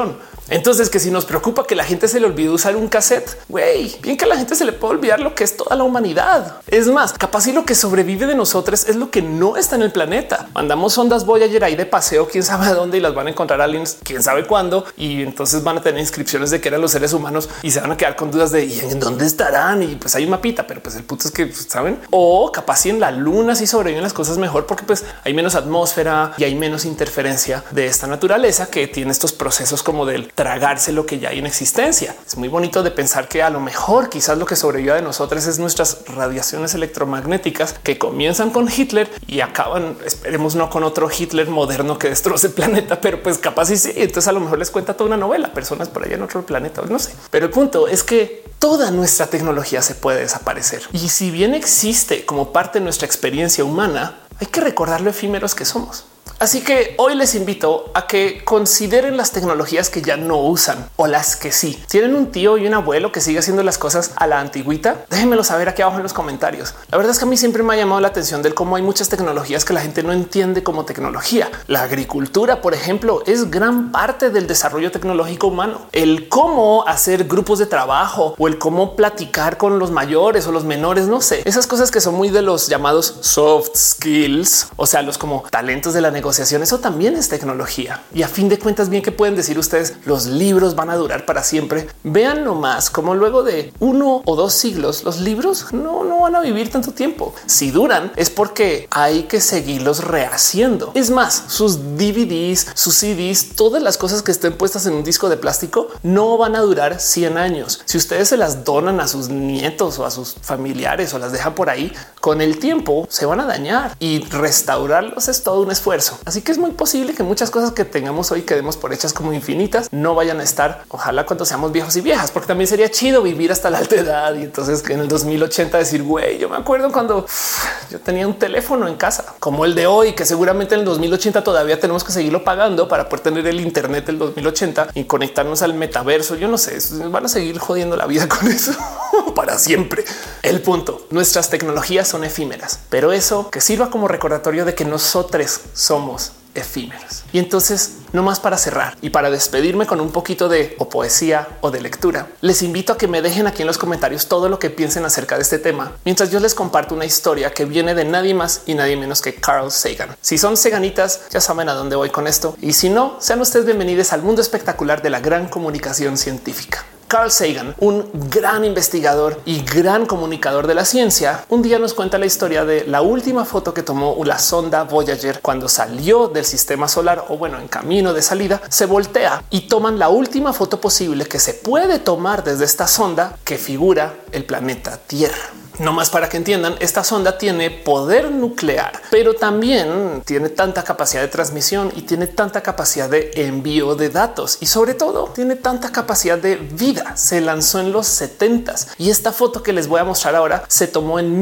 Entonces, que si nos preocupa que la gente se le olvide usar un cassette, güey, bien que a la gente se le puede olvidar lo que es toda la humanidad. Es más, capaz y lo que sobrevive de nosotros es lo que no está en el planeta. Mandamos ondas Voyager ahí de paseo, quién sabe a dónde, y las van a encontrar aliens, quién sabe cuándo, y entonces van a tener inscripciones de que eran los seres humanos y se van a quedar con dudas de ¿y en dónde estarán? Y pues hay un mapita, pero pues el punto es que pues, saben, o capaz si en la luna sí sobreviven las cosas mejor porque pues hay menos atmósfera y hay menos interferencia de esta naturaleza que tiene estos procesos como del tragarse lo que ya hay en existencia. Es muy bonito de pensar que a lo mejor quizás lo que sobrevive de nosotros es nuestras radiaciones electromagnéticas que comienzan con Hitler y acaban, esperemos no con otro Hitler moderno que destroce el planeta, pero pues capaz y sí. Entonces a lo mejor les cuenta toda una novela, personas por allá en otro planeta, no sé. Pero el punto es que toda nuestra tecnología se puede desaparecer. Y si bien existe como parte de nuestra experiencia humana, hay que recordar lo efímeros que somos. Así que hoy les invito a que consideren las tecnologías que ya no usan o las que sí. Tienen un tío y un abuelo que sigue haciendo las cosas a la antigüita. Déjenmelo saber aquí abajo en los comentarios. La verdad es que a mí siempre me ha llamado la atención del cómo hay muchas tecnologías que la gente no entiende como tecnología. La agricultura, por ejemplo, es gran parte del desarrollo tecnológico humano. El cómo hacer grupos de trabajo o el cómo platicar con los mayores o los menores, no sé, esas cosas que son muy de los llamados soft skills, o sea, los como talentos de la negociación. Eso también es tecnología y a fin de cuentas, bien que pueden decir ustedes, los libros van a durar para siempre. Vean nomás como luego de 1 o 2 siglos, los libros no van a vivir tanto tiempo. Si duran es porque hay que seguirlos rehaciendo. Es más, sus DVDs, sus CDs, todas las cosas que estén puestas en un disco de plástico no van a durar 100 años. Si ustedes se las donan a sus nietos o a sus familiares o las dejan por ahí, con el tiempo se van a dañar y restaurarlos es todo un esfuerzo. Así que es muy posible que muchas cosas que tengamos hoy que demos por hechas como infinitas no vayan a estar, ojalá cuando seamos viejos y viejas, porque también sería chido vivir hasta la alta edad y entonces en el 2080 decir, güey, yo me acuerdo cuando yo tenía un teléfono en casa como el de hoy, que seguramente en el 2080 todavía tenemos que seguirlo pagando para poder tener el internet del 2080 y conectarnos al metaverso. Yo no sé, van a seguir jodiendo la vida con eso para siempre. El punto, nuestras tecnologías son efímeras, pero eso que sirva como recordatorio de que nosotros somos efímeros. Y entonces, no más para cerrar y para despedirme con un poquito de o poesía o de lectura, les invito a que me dejen aquí en los comentarios todo lo que piensen acerca de este tema, mientras yo les comparto una historia que viene de nadie más y nadie menos que Carl Sagan. Si son saganitas, ya saben a dónde voy con esto, y si no, sean ustedes bienvenidos al mundo espectacular de la gran comunicación científica. Carl Sagan, un gran investigador y gran comunicador de la ciencia, un día nos cuenta la historia de la última foto que tomó la sonda Voyager cuando salió del sistema solar, o bueno, en camino de salida, se voltea y toman la última foto posible que se puede tomar desde esta sonda que figura el planeta Tierra. No más para que entiendan, esta sonda tiene poder nuclear, pero también tiene tanta capacidad de transmisión y tiene tanta capacidad de envío de datos y sobre todo tiene tanta capacidad de vida. Se lanzó en los 70s y esta foto que les voy a mostrar ahora se tomó en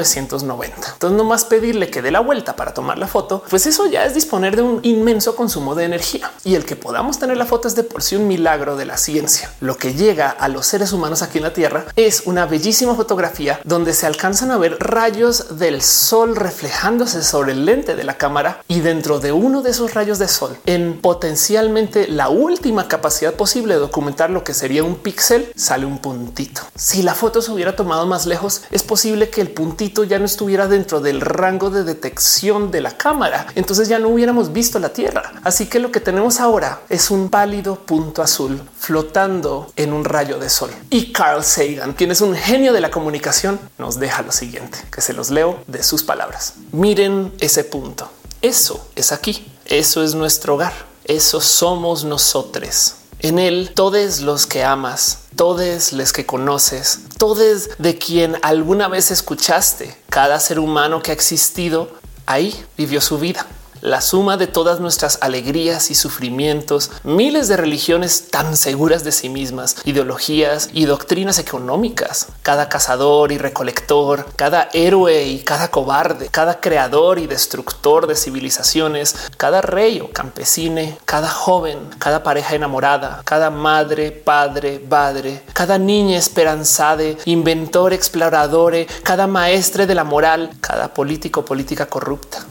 1990. Entonces no más pedirle que dé la vuelta para tomar la foto, pues eso ya es disponer de un inmenso consumo de energía y el que podamos tener la foto es de por sí un milagro de la ciencia. Lo que llega a los seres humanos aquí en la Tierra es una bellísima fotografía donde se alcanzan a ver rayos del sol reflejándose sobre el lente de la cámara y dentro de uno de esos rayos de sol, en potencialmente la última capacidad posible de documentar lo que sería un píxel, sale un puntito. Si la foto se hubiera tomado más lejos, es posible que el puntito ya no estuviera dentro del rango de detección de la cámara. Entonces ya no hubiéramos visto la Tierra. Así que lo que tenemos ahora es un pálido punto azul flotando en un rayo de sol. Y Carl Sagan, quien es un genio de la comunicación, nos deja lo siguiente, que se los leo de sus palabras. Miren ese punto. Eso es aquí. Eso es nuestro hogar. Eso somos nosotros. En él, todos los que amas, todos los que conoces, todos de quien alguna vez escuchaste, cada ser humano que ha existido, ahí vivió su vida. La suma de todas nuestras alegrías y sufrimientos, miles de religiones tan seguras de sí mismas, ideologías y doctrinas económicas, cada cazador y recolector, cada héroe y cada cobarde, cada creador y destructor de civilizaciones, cada rey o campesine, cada joven, cada pareja enamorada, cada madre, padre, cada niña esperanzada, inventor, explorador, cada maestre de la moral, cada político, política corrupta.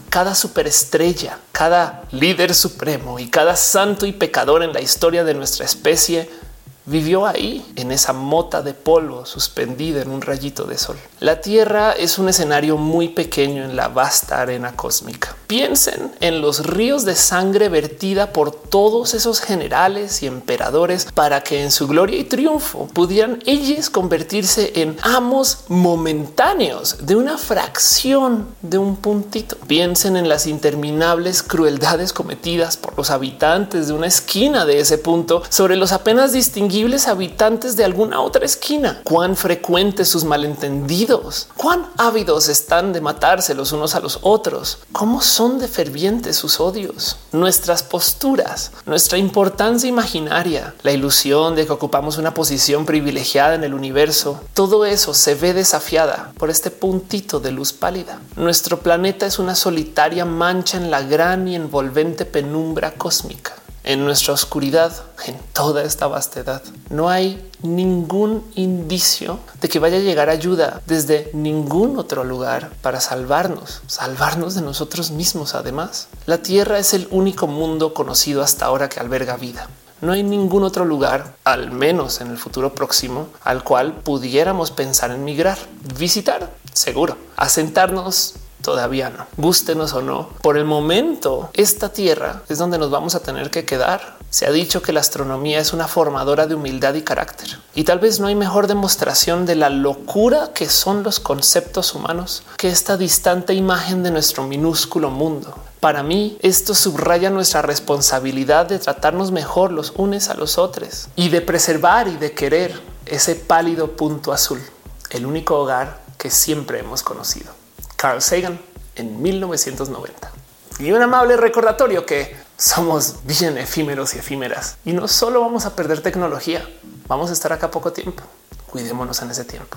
cada superestrella, cada líder supremo y cada santo y pecador en la historia de nuestra especie vivió ahí, en esa mota de polvo suspendida en un rayito de sol. La Tierra es un escenario muy pequeño en la vasta arena cósmica. Piensen en los ríos de sangre vertida por todos esos generales y emperadores para que en su gloria y triunfo pudieran ellos convertirse en amos momentáneos de una fracción de un puntito. Piensen en las interminables crueldades cometidas por los habitantes de una esquina de ese punto sobre los apenas distinguibles habitantes de alguna otra esquina. Cuán frecuentes sus malentendidos, cuán ávidos están de matarse los unos a los otros, cómo son de fervientes sus odios, nuestras posturas, nuestra importancia imaginaria, la ilusión de que ocupamos una posición privilegiada en el universo. Todo eso se ve desafiada por este puntito de luz pálida. Nuestro planeta es una solitaria mancha en la gran y envolvente penumbra cósmica. En nuestra oscuridad, en toda esta vastedad, no hay ningún indicio de que vaya a llegar ayuda desde ningún otro lugar para salvarnos de nosotros mismos. Además, la Tierra es el único mundo conocido hasta ahora que alberga vida. No hay ningún otro lugar, al menos en el futuro próximo, al cual pudiéramos pensar en migrar, visitar, seguro, asentarnos. Todavía no, gústenos o no. Por el momento, esta tierra es donde nos vamos a tener que quedar. Se ha dicho que la astronomía es una formadora de humildad y carácter. Y tal vez no hay mejor demostración de la locura que son los conceptos humanos que esta distante imagen de nuestro minúsculo mundo. Para mí, esto subraya nuestra responsabilidad de tratarnos mejor los unos a los otros y de preservar y de querer ese pálido punto azul, el único hogar que siempre hemos conocido. Carl Sagan en 1990. Y un amable recordatorio que somos bien efímeros y efímeras y no solo vamos a perder tecnología, vamos a estar acá poco tiempo. Cuidémonos en ese tiempo.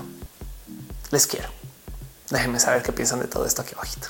Les quiero. Déjenme saber qué piensan de todo esto aquí abajito.